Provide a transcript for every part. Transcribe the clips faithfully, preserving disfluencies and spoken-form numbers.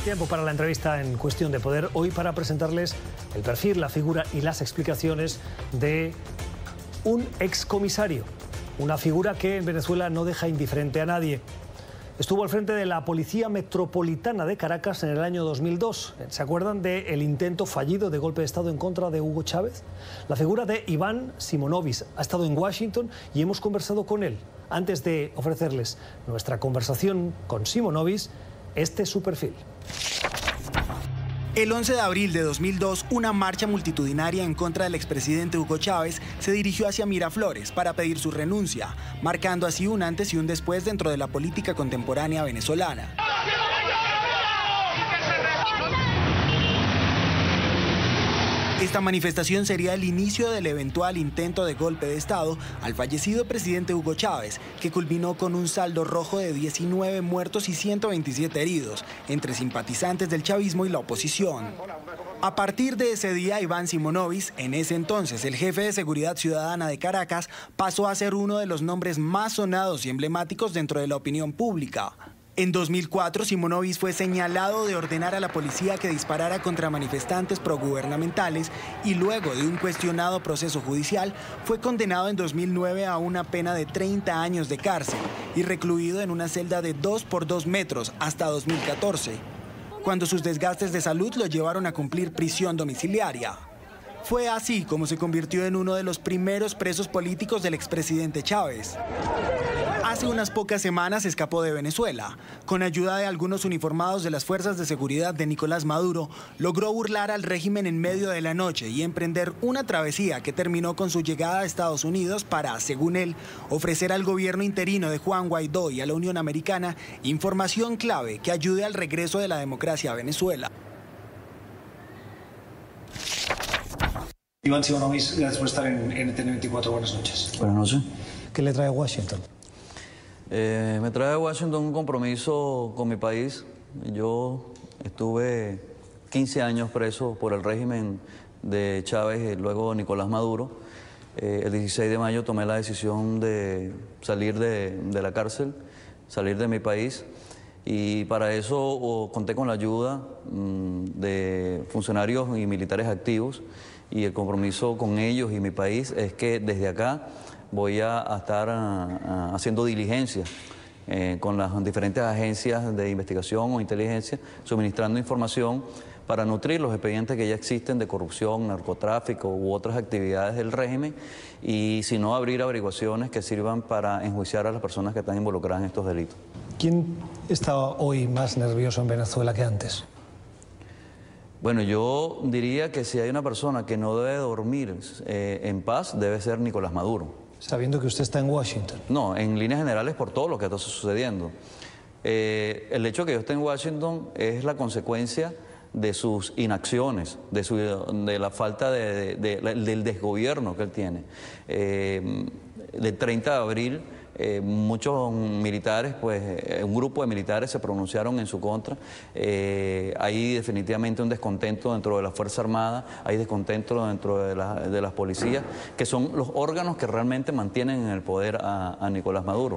Tiempo para la entrevista en Cuestión de Poder, hoy para presentarles el perfil, la figura y las explicaciones de un excomisario, una figura que en Venezuela no deja indiferente a nadie. Estuvo al frente de la Policía Metropolitana de Caracas en el año dos mil dos. ¿Se acuerdan del intento fallido de golpe de Estado en contra de Hugo Chávez? La figura de Iván Simonovic ha estado en Washington y hemos conversado con él. Antes de ofrecerles nuestra conversación con Simonovic, este es su perfil. El once de abril de dos mil dos, una marcha multitudinaria en contra del expresidente Hugo Chávez se dirigió hacia Miraflores para pedir su renuncia, marcando así un antes y un después dentro de la política contemporánea venezolana. Esta manifestación sería el inicio del eventual intento de golpe de Estado al fallecido presidente Hugo Chávez, que culminó con un saldo rojo de diecinueve muertos y ciento veintisiete heridos, entre simpatizantes del chavismo y la oposición. A partir de ese día, Iván Simonovic, en ese entonces el jefe de Seguridad Ciudadana de Caracas, pasó a ser uno de los nombres más sonados y emblemáticos dentro de la opinión pública. En dos mil cuatro, Simonovic fue señalado de ordenar a la policía que disparara contra manifestantes progubernamentales y luego de un cuestionado proceso judicial fue condenado en dos mil nueve a una pena de treinta años de cárcel y recluido en una celda de dos por dos metros hasta dos mil catorce, cuando sus desgastes de salud lo llevaron a cumplir prisión domiciliaria. Fue así como se convirtió en uno de los primeros presos políticos del expresidente Chávez. Hace unas pocas semanas escapó de Venezuela. Con ayuda de algunos uniformados de las fuerzas de seguridad de Nicolás Maduro, logró burlar al régimen en medio de la noche y emprender una travesía que terminó con su llegada a Estados Unidos para, según él, ofrecer al gobierno interino de Juan Guaidó y a la Unión Americana información clave que ayude al regreso de la democracia a Venezuela. Iván Simonovic, gracias por estar en N T N veinticuatro. Buenas noches. Buenas noches. ¿Qué le trae a Washington? Eh, me trae a Washington un compromiso con mi país. Yo estuve quince años preso por el régimen de Chávez y luego Nicolás Maduro. Eh, el dieciséis de mayo tomé la decisión de salir de, de la cárcel, salir de mi país. Y para eso oh, conté con la ayuda mmm, de funcionarios y militares activos. Y el compromiso con ellos y mi país es que desde acá voy a, a estar a, a, haciendo diligencias eh, con las diferentes agencias de investigación o inteligencia, suministrando información para nutrir los expedientes que ya existen de corrupción, narcotráfico u otras actividades del régimen y si no abrir averiguaciones que sirvan para enjuiciar a las personas que están involucradas en estos delitos. ¿Quién está hoy más nervioso en Venezuela que antes? Bueno, yo diría que si hay una persona que no debe dormir eh, en paz, debe ser Nicolás Maduro. Sabiendo que usted está en Washington. No, en líneas generales por todo lo que está sucediendo. Eh, el hecho de que yo esté en Washington es la consecuencia de sus inacciones, de, su, de la falta de, de, de, del desgobierno que él tiene. Eh, del treinta de abril... Eh, muchos militares, pues eh, un grupo de militares se pronunciaron en su contra. Eh, hay definitivamente un descontento dentro de la Fuerza Armada, hay descontento dentro de, la, de las policías, que son los órganos que realmente mantienen en el poder a, a Nicolás Maduro.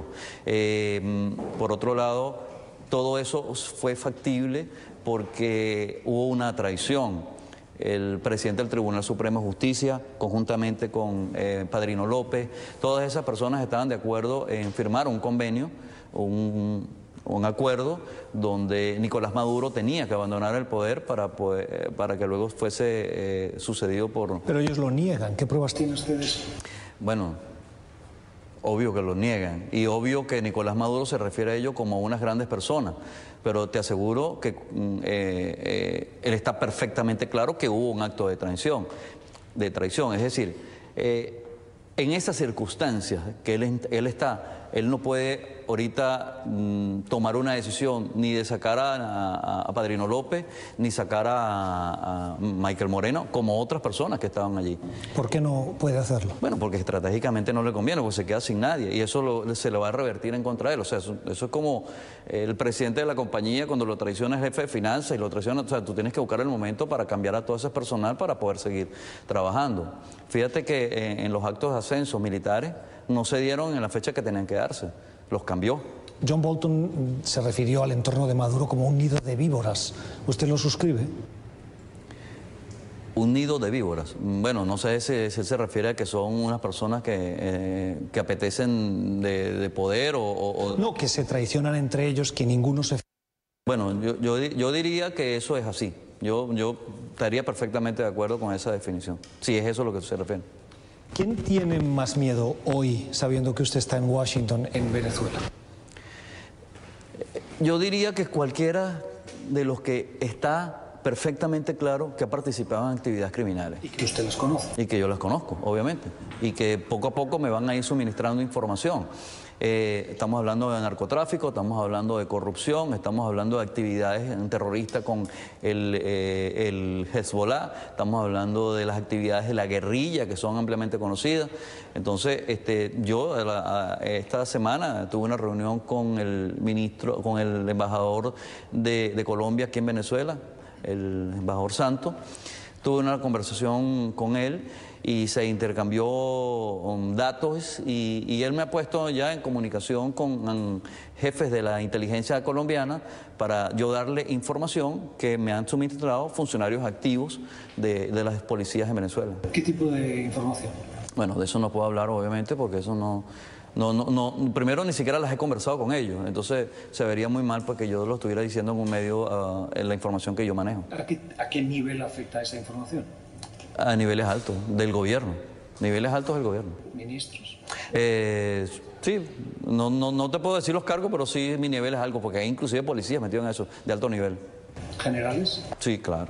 Eh, por otro lado, todo eso fue factible porque hubo una traición. El presidente del Tribunal Supremo de Justicia, conjuntamente con eh, Padrino López, todas esas personas estaban de acuerdo en firmar un convenio, un, un acuerdo donde Nicolás Maduro tenía que abandonar el poder para, poder, para que luego fuese eh, sucedido por... Pero ellos lo niegan. ¿Qué pruebas tienen ustedes? Bueno, obvio que lo niegan y obvio que Nicolás Maduro se refiere a ello como a unas grandes personas. Pero te aseguro que eh, eh, él está perfectamente claro que hubo un acto de traición, de traición. Es decir, eh, en esas circunstancias que él, él está, él no puede ahorita mm, tomar una decisión ni de sacar a, a, a Padrino López, ni sacar a, a Michael Moreno, como otras personas que estaban allí. ¿Por qué no puede hacerlo? Bueno, porque estratégicamente no le conviene, porque se queda sin nadie y eso lo, se le va a revertir en contra de él. O sea, eso, eso es como el presidente de la compañía cuando lo traiciona el jefe de finanzas y lo traiciona, o sea, tú tienes que buscar el momento para cambiar a todo ese personal para poder seguir trabajando. Fíjate que en, en los actos de ascenso militares no se dieron en la fecha que tenían que darse, los cambió. John Bolton se refirió al entorno de Maduro como un nido de víboras. ¿Usted lo suscribe? Un nido de víboras. Bueno, no sé si, si se refiere a que son unas personas que, eh, que apetecen de, de poder o, o... No, que se traicionan entre ellos, que ninguno se... Bueno, yo, yo, yo diría que eso es así. Yo, yo estaría perfectamente de acuerdo con esa definición, si es eso a lo que se refiere. ¿Quién tiene más miedo hoy, sabiendo que usted está en Washington, en Venezuela? Yo diría que cualquiera de los que está perfectamente claro que ha participado en actividades criminales. Y que usted las conoce. Y que yo las conozco, obviamente. Y que poco a poco me van a ir suministrando información. Eh, estamos hablando de narcotráfico, estamos hablando de corrupción, estamos hablando de actividades terroristas con el, eh, el Hezbollah, estamos hablando de las actividades de la guerrilla que son ampliamente conocidas. Entonces, este, yo la, esta semana tuve una reunión con el ministro, con el embajador de, de Colombia aquí en Venezuela, el embajador Santos. Tuve una conversación con él y se intercambió um, datos y, y él me ha puesto ya en comunicación con um, jefes de la inteligencia colombiana para yo darle información que me han suministrado funcionarios activos de, de las policías en Venezuela. ¿Qué tipo de información? Bueno, de eso no puedo hablar obviamente porque eso no... No, no, no, primero ni siquiera las he conversado con ellos, entonces se vería muy mal porque yo lo estuviera diciendo en un medio uh, en la información que yo manejo. ¿A qué, ¿A qué nivel afecta esa información? A niveles altos, del gobierno, niveles altos del gobierno. ¿Ministros? Eh, sí, no, no, no te puedo decir los cargos, pero sí mi nivel es algo, porque hay inclusive policías metidos en eso, de alto nivel. ¿Generales? Sí, claro.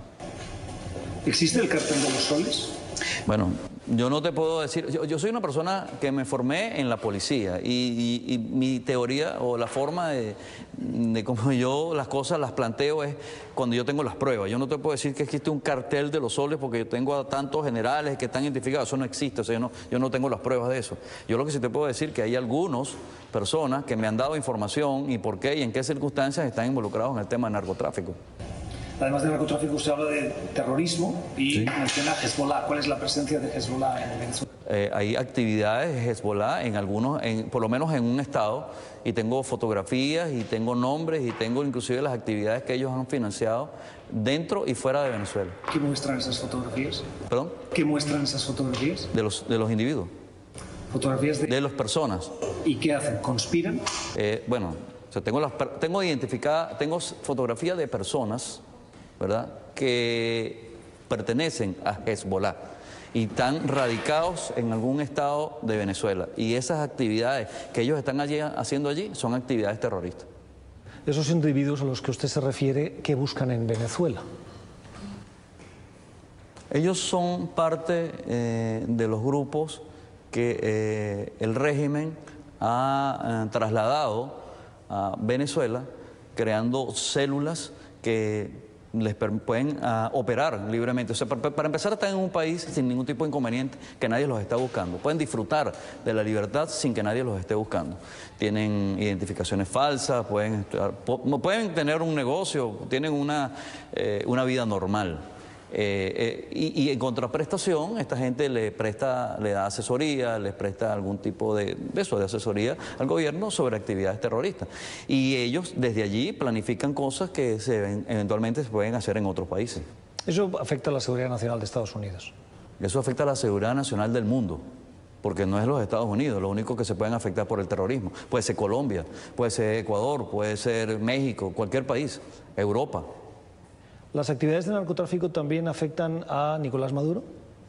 ¿Existe el cartel de los soles? Bueno, yo no te puedo decir, yo, yo soy una persona que me formé en la policía y, y, y mi teoría o la forma de, de cómo yo las cosas las planteo es cuando yo tengo las pruebas. Yo no te puedo decir que existe un cartel de los soles porque yo tengo a tantos generales que están identificados, eso no existe, o sea, yo no, yo no tengo las pruebas de eso. Yo lo que sí te puedo decir es que hay algunas personas que me han dado información y por qué y en qué circunstancias están involucrados en el tema de narcotráfico. Además de narcotráfico, usted habla de terrorismo y sí. Menciona Hezbollah. ¿Cuál es la presencia de Hezbollah en Venezuela? Eh, hay actividades de Hezbollah en algunos, en, por lo menos en un estado, y tengo fotografías y tengo nombres y tengo inclusive las actividades que ellos han financiado dentro y fuera de Venezuela. ¿Qué muestran esas fotografías? ¿Perdón? ¿Qué muestran esas fotografías? De los, de los individuos. ¿Fotografías de...? De las personas. ¿Y qué hacen? ¿Conspiran? Eh, bueno, o sea, tengo, las, tengo identificada, tengo fotografías de personas, ¿verdad?, que pertenecen a Hezbollah y están radicados en algún estado de Venezuela. Y esas actividades que ellos están allí, haciendo allí son actividades terroristas. Esos individuos a los que usted se refiere, ¿qué buscan en Venezuela? Ellos son parte eh, de los grupos que eh, el régimen ha eh, trasladado a Venezuela, creando células que les pueden uh, operar libremente. O sea, para, para empezar, están en un país sin ningún tipo de inconveniente, que nadie los está buscando. Pueden disfrutar de la libertad sin que nadie los esté buscando. Tienen identificaciones falsas, pueden, pueden tener un negocio, tienen una, eh, una vida normal. Eh, eh, y, y en contraprestación, esta gente le presta, le da asesoría, les presta algún tipo de, de eso, de asesoría al gobierno sobre actividades terroristas. Y ellos desde allí planifican cosas que se ven, eventualmente se pueden hacer en otros países. ¿Eso afecta a la seguridad nacional de Estados Unidos? Eso afecta a la seguridad nacional del mundo, porque no es los Estados Unidos, lo único que se pueden afectar por el terrorismo. Puede ser Colombia, puede ser Ecuador, puede ser México, cualquier país, Europa. ¿Las actividades de narcotráfico también afectan a Nicolás Maduro?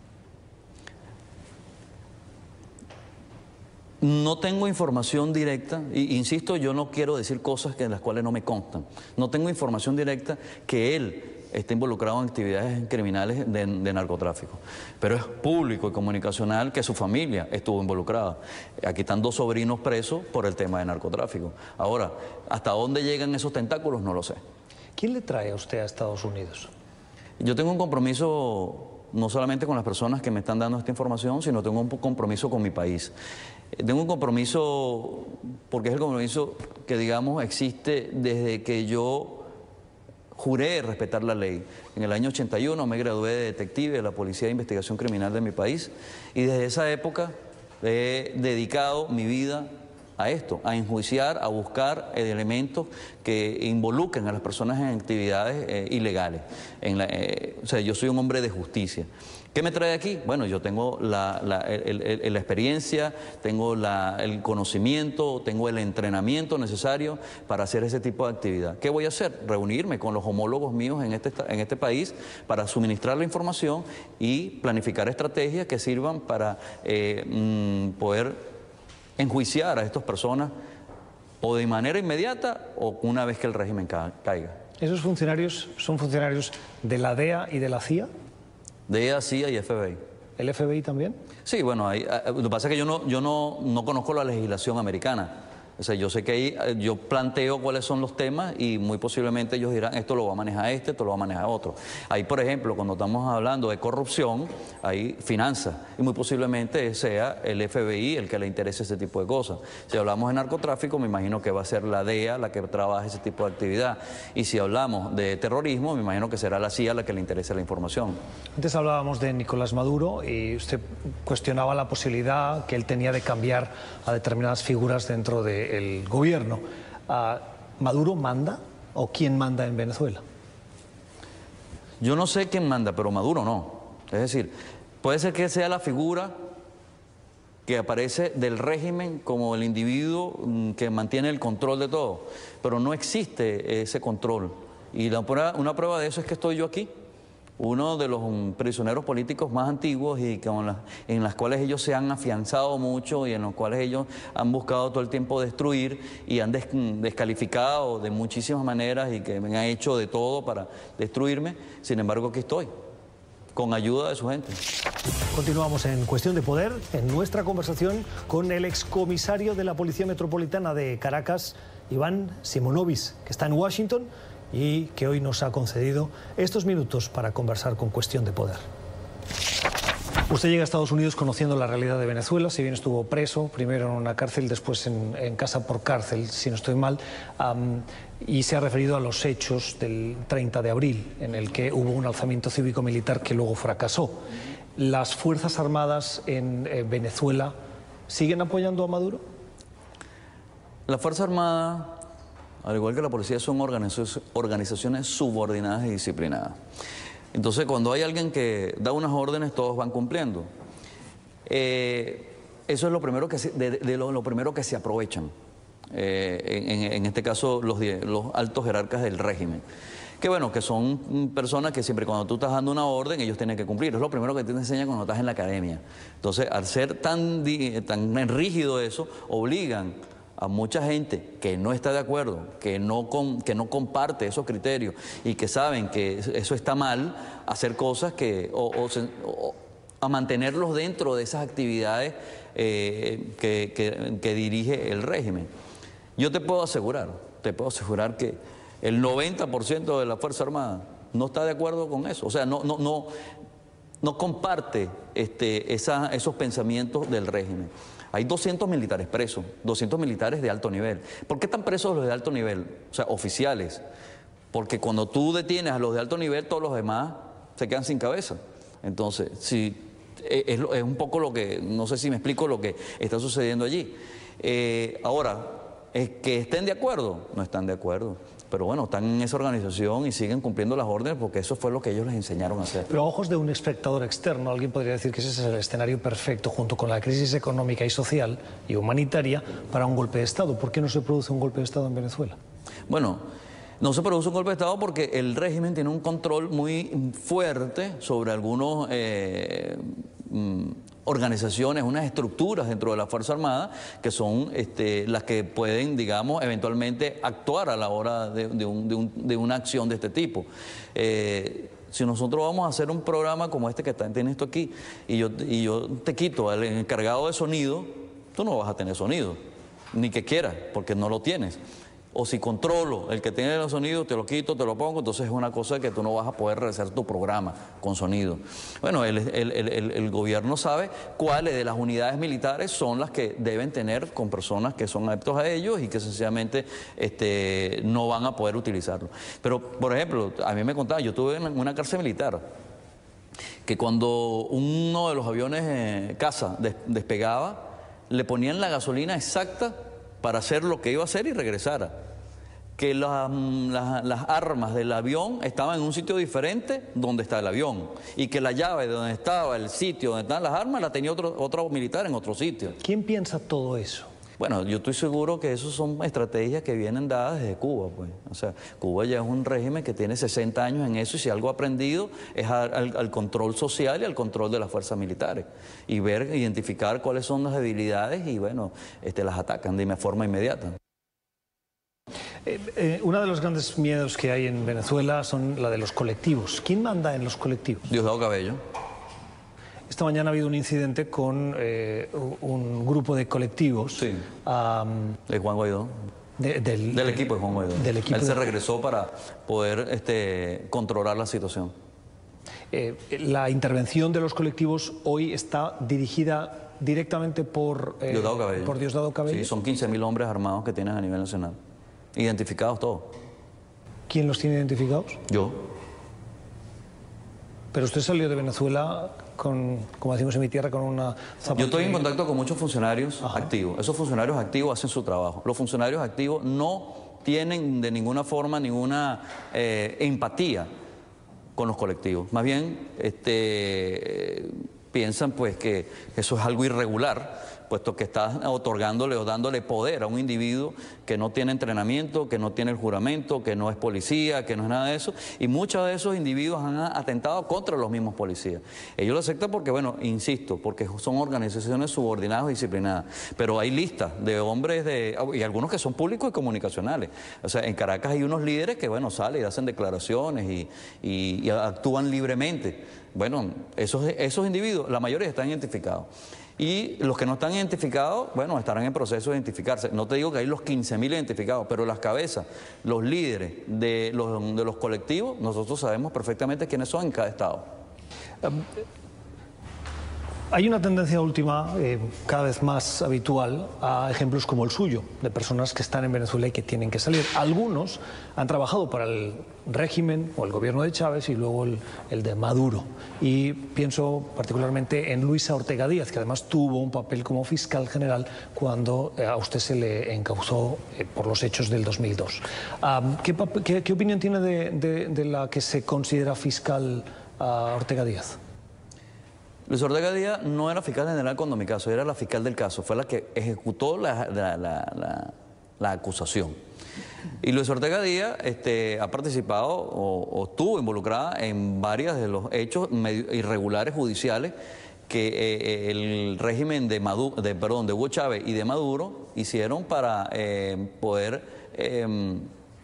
No tengo información directa, e insisto, yo no quiero decir cosas que en las cuales no me constan. No tengo información directa que él esté involucrado en actividades criminales de, de narcotráfico. Pero es público y comunicacional que su familia estuvo involucrada. Aquí están dos sobrinos presos por el tema de narcotráfico. Ahora, ¿hasta dónde llegan esos tentáculos? No lo sé. ¿Quién le trae a usted a Estados Unidos? Yo tengo un compromiso no solamente con las personas que me están dando esta información, sino tengo un compromiso con mi país. Tengo un compromiso porque es el compromiso que, digamos, existe desde que yo juré respetar la ley. En el año ochenta y uno me gradué de detective de la Policía de Investigación Criminal de mi país y desde esa época he dedicado mi vida a esto, a enjuiciar, a buscar elementos que involucren a las personas en actividades eh, ilegales. En la, eh, o sea, yo soy un hombre de justicia. ¿Qué me trae aquí? Bueno, yo tengo la, la, el, el, la experiencia, tengo la, el conocimiento, tengo el entrenamiento necesario para hacer ese tipo de actividad. ¿Qué voy a hacer? Reunirme con los homólogos míos en este, en este país para suministrar la información y planificar estrategias que sirvan para eh, mm, poder enjuiciar a estas personas o de manera inmediata o una vez que el régimen ca caiga. ¿Esos funcionarios son funcionarios de la D E A y de la C I A? D E A, C I A y F B I. ¿El F B I también? Sí, bueno, hay, lo que pasa es que yo no, yo no, no conozco la legislación americana. O sea, yo sé que ahí yo planteo cuáles son los temas y muy posiblemente ellos dirán esto lo va a manejar este, esto lo va a manejar otro. Ahí, por ejemplo, cuando estamos hablando de corrupción, hay finanzas y muy posiblemente sea el F B I el que le interese ese tipo de cosas. Si hablamos de narcotráfico, me imagino que va a ser la D E A la que trabaje ese tipo de actividad. Y si hablamos de terrorismo, me imagino que será la C I A la que le interese la información. Antes hablábamos de Nicolás Maduro y usted cuestionaba la posibilidad que él tenía de cambiar a determinadas figuras dentro de el gobierno. ¿Maduro manda o quién manda en Venezuela? Yo no sé quién manda, pero Maduro no. Es decir, puede ser que sea la figura que aparece del régimen como el individuo que mantiene el control de todo, pero no existe ese control. Y la prueba, una prueba de eso es que estoy yo aquí, uno de los prisioneros políticos más antiguos y con la, en las cuales ellos se han afianzado mucho y en los cuales ellos han buscado todo el tiempo destruir y han des, descalificado de muchísimas maneras y que me han hecho de todo para destruirme. Sin embargo, aquí estoy, con ayuda de su gente. Continuamos en Cuestión de Poder, en nuestra conversación con el excomisario de la Policía Metropolitana de Caracas, Iván Simonovic, que está en Washington y que hoy nos ha concedido estos minutos para conversar con Cuestión de Poder. Usted llega a Estados Unidos conociendo la realidad de Venezuela, si bien estuvo preso, primero en una cárcel, después en, en casa por cárcel, si no estoy mal, um, y se ha referido a los hechos del treinta de abril, en el que hubo un alzamiento cívico-militar que luego fracasó. ¿Las Fuerzas Armadas en eh, Venezuela siguen apoyando a Maduro? La Fuerza Armada, al igual que la policía, son organizaciones subordinadas y disciplinadas. Entonces, cuando hay alguien que da unas órdenes, todos van cumpliendo. Eh, eso es lo primero que se, de, de lo, lo primero que se aprovechan, eh, en, en este caso los, los altos jerarcas del régimen. Que bueno, que son personas que siempre cuando tú estás dando una orden, ellos tienen que cumplir. Es lo primero que te enseñan cuando estás en la academia. Entonces, al ser tan, tan rígido eso, obligan a mucha gente que no está de acuerdo, que no, con, que no comparte esos criterios y que saben que eso está mal, a hacer cosas que, o, o, o a mantenerlos dentro de esas actividades eh, que, que, que dirige el régimen. Yo te puedo asegurar, te puedo asegurar que el noventa por ciento de la Fuerza Armada no está de acuerdo con eso, o sea, no, no, no, no comparte este, esa, esos pensamientos del régimen. Hay doscientos militares presos, doscientos militares de alto nivel. ¿Por qué están presos los de alto nivel? O sea, oficiales. Porque cuando tú detienes a los de alto nivel, todos los demás se quedan sin cabeza. Entonces, si, es, es un poco lo que, no sé si me explico lo que está sucediendo allí. Eh, ahora, ¿es que estén de acuerdo? No están de acuerdo. Pero bueno, están en esa organización y siguen cumpliendo las órdenes porque eso fue lo que ellos les enseñaron a hacer. Pero a ojos de un espectador externo, alguien podría decir que ese es el escenario perfecto, junto con la crisis económica y social y humanitaria, para un golpe de Estado. ¿Por qué no se produce un golpe de Estado en Venezuela? Bueno, no se produce un golpe de Estado porque el régimen tiene un control muy fuerte sobre algunos eh, organizaciones, unas estructuras dentro de la Fuerza Armada que son este, las que pueden, digamos, eventualmente actuar a la hora de, de, un, de, un, de una acción de este tipo. Eh, si nosotros vamos a hacer un programa como este que está, tiene esto aquí, y yo, y yo te quito al encargado de sonido, tú no vas a tener sonido, ni que quieras, porque no lo tienes. O si controlo el que tiene los sonidos, te lo quito, te lo pongo, entonces es una cosa que tú no vas a poder realizar tu programa con sonido. Bueno, el, el, el, el gobierno sabe cuáles de las unidades militares son las que deben tener con personas que son adeptos a ellos y que sencillamente este, no van a poder utilizarlo. Pero, por ejemplo, a mí me contaban, yo estuve en una cárcel militar, que cuando uno de los aviones eh, caza des, despegaba, le ponían la gasolina exacta para hacer lo que iba a hacer y regresara. Que la, la, las armas del avión estaban en un sitio diferente donde está el avión y que la llave de donde estaba el sitio donde estaban las armas la tenía otro, otro militar en otro sitio. ¿Quién piensa todo eso? Bueno, yo estoy seguro que eso son estrategias que vienen dadas desde Cuba, pues. O sea, Cuba ya es un régimen que tiene sesenta años en eso y si algo ha aprendido es al, al control social y al control de las fuerzas militares. Y ver, identificar cuáles son las debilidades y, bueno, este, las atacan de forma inmediata. Eh, eh, uno de los grandes miedos que hay en Venezuela son la de los colectivos. ¿Quién manda en los colectivos? Diosdado Cabello. Esta mañana ha habido un incidente con eh, un grupo de colectivos. Sí. Um, de Juan Guaidó. De, del, del equipo de Juan Guaidó. Del equipo Él se de... regresó para poder este, controlar la situación. Eh, la intervención de los colectivos hoy está dirigida directamente por, eh, Diosdado Cabello. por Diosdado Cabello. Sí, son quince mil hombres armados que tienes a nivel nacional. Identificados todos. ¿Quién los tiene identificados? Yo. Pero usted salió de Venezuela con, como decimos en mi tierra, con una zapatilla. Yo estoy en contacto con muchos funcionarios Ajá. activos. Esos funcionarios activos hacen su trabajo. Los funcionarios activos no tienen de ninguna forma ninguna eh, empatía con los colectivos. Más bien este, piensan pues que eso es algo irregular, puesto que estás otorgándole o dándole poder a un individuo que no tiene entrenamiento, que no tiene el juramento, que no es policía, que no es nada de eso, y muchos de esos individuos han atentado contra los mismos policías. Ellos lo aceptan porque, bueno, insisto, porque son organizaciones subordinadas o disciplinadas, pero hay listas de hombres, de, y algunos que son públicos y comunicacionales. O sea, en Caracas hay unos líderes que, bueno, salen y hacen declaraciones y, y, y actúan libremente. Bueno, esos, esos individuos, la mayoría están identificados. Y los que no están identificados, bueno, estarán en proceso de identificarse. No te digo que hay los quince mil identificados, pero las cabezas, los líderes de los, de los colectivos, nosotros sabemos perfectamente quiénes son en cada estado. Um, Hay una tendencia última, eh, cada vez más habitual, a ejemplos como el suyo, de personas que están en Venezuela y que tienen que salir. Algunos han trabajado para el régimen o el gobierno de Chávez y luego el, el de Maduro. Y pienso particularmente en Luisa Ortega Díaz, que además tuvo un papel como fiscal general cuando a usted se le encauzó eh, por los hechos del dos mil dos. Um, ¿qué, qué, ¿Qué opinión tiene de, de, de la que se considera fiscal uh, Ortega Díaz? Luis Ortega Díaz no era fiscal general cuando mi caso, era la fiscal del caso, fue la que ejecutó la, la, la, la, la acusación. Y Luis Ortega Díaz este, ha participado o, o estuvo involucrada en varios de los hechos irregulares judiciales que eh, el régimen de, Maduro, de, perdón, de Hugo Chávez y de Maduro hicieron para eh, poder, eh,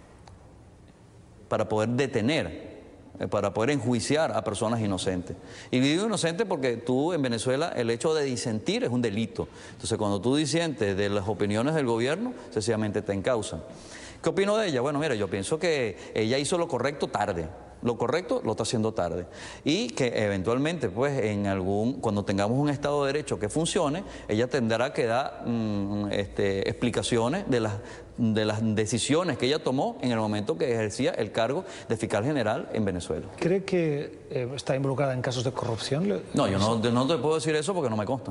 para poder detener, para poder enjuiciar a personas inocentes. Y digo inocente porque tú en Venezuela el hecho de disentir es un delito. Entonces cuando tú disientes de las opiniones del gobierno, sencillamente te encausan. ¿Qué opino de ella? Bueno, mira, yo pienso que ella hizo lo correcto tarde. Lo correcto lo está haciendo tarde. Y que eventualmente, pues, en algún, cuando tengamos un Estado de Derecho que funcione, ella tendrá que dar mmm, este, explicaciones de las, de las decisiones que ella tomó en el momento que ejercía el cargo de fiscal general en Venezuela. ¿Cree que eh, está involucrada en casos de corrupción? No, yo no, no te puedo decir eso porque no me consta.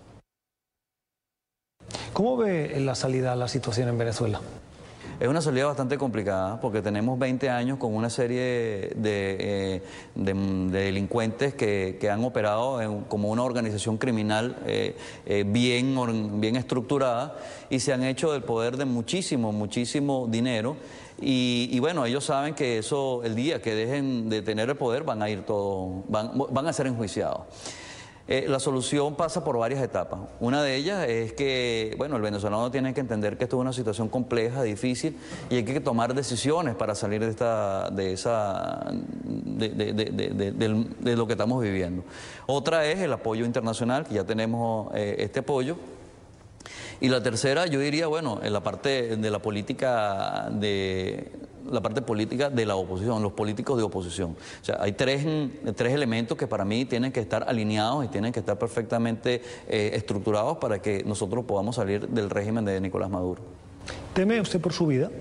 ¿Cómo ve la salida a la situación en Venezuela? Es una salida bastante complicada porque tenemos veinte años con una serie de, eh, de, de delincuentes que, que han operado en, como una organización criminal eh, eh, bien, bien estructurada y se han hecho del poder de muchísimo, muchísimo dinero. Y, y bueno, ellos saben que eso, el día que dejen de tener el poder, van a ir todos, van, van a ser enjuiciados. Eh, la solución pasa por varias etapas. Una de ellas es que, bueno, el venezolano tiene que entender que esto es una situación compleja, difícil, y hay que tomar decisiones para salir de esta, de esa, de, de, de, de, de, de, de lo que estamos viviendo. Otra es el apoyo internacional, que ya tenemos eh, este apoyo. Y la tercera, yo diría, bueno, en la parte de la política de la parte política de la oposición, los políticos de oposición. O sea, hay tres, tres elementos que para mí tienen que estar alineados y tienen que estar perfectamente eh, estructurados para que nosotros podamos salir del régimen de Nicolás Maduro. ¿Teme usted por su vida?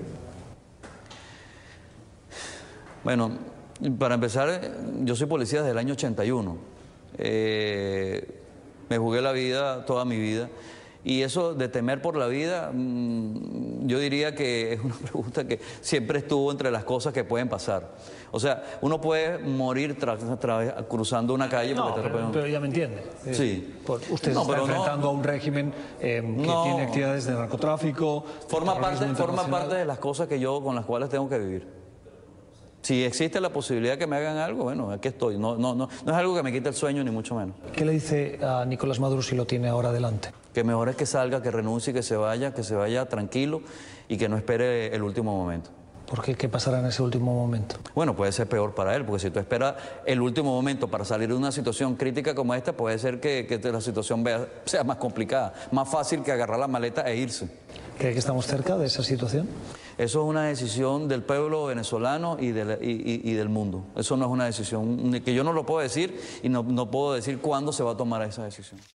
Bueno, para empezar, yo soy policía desde el año ochenta y uno. Eh, me jugué la vida, toda mi vida. Y eso de temer por la vida, mmm, yo diría que es una pregunta que siempre estuvo entre las cosas que pueden pasar. O sea, uno puede morir tra tra cruzando una calle. No, porque te pero, pero ya me entiende. Sí. Por, usted no, está enfrentando no, a un régimen eh, que no, tiene actividades de narcotráfico. Forma parte, forma parte de las cosas que yo, con las cuales tengo que vivir. Si existe la posibilidad que me hagan algo, bueno, aquí estoy. No, no, no, no es algo que me quite el sueño, ni mucho menos. ¿Qué le dice a Nicolás Maduro si lo tiene ahora delante? Que mejor es que salga, que renuncie, que se vaya, que se vaya tranquilo y que no espere el último momento. ¿Por qué? ¿Qué pasará en ese último momento? Bueno, puede ser peor para él, porque si tú esperas el último momento para salir de una situación crítica como esta, puede ser que, que la situación vea, sea más complicada, más fácil que agarrar la maleta e irse. ¿Cree que estamos cerca de esa situación? Eso es una decisión del pueblo venezolano y, de la, y, y, y del mundo. Eso no es una decisión que yo no lo puedo decir y no, no puedo decir cuándo se va a tomar esa decisión.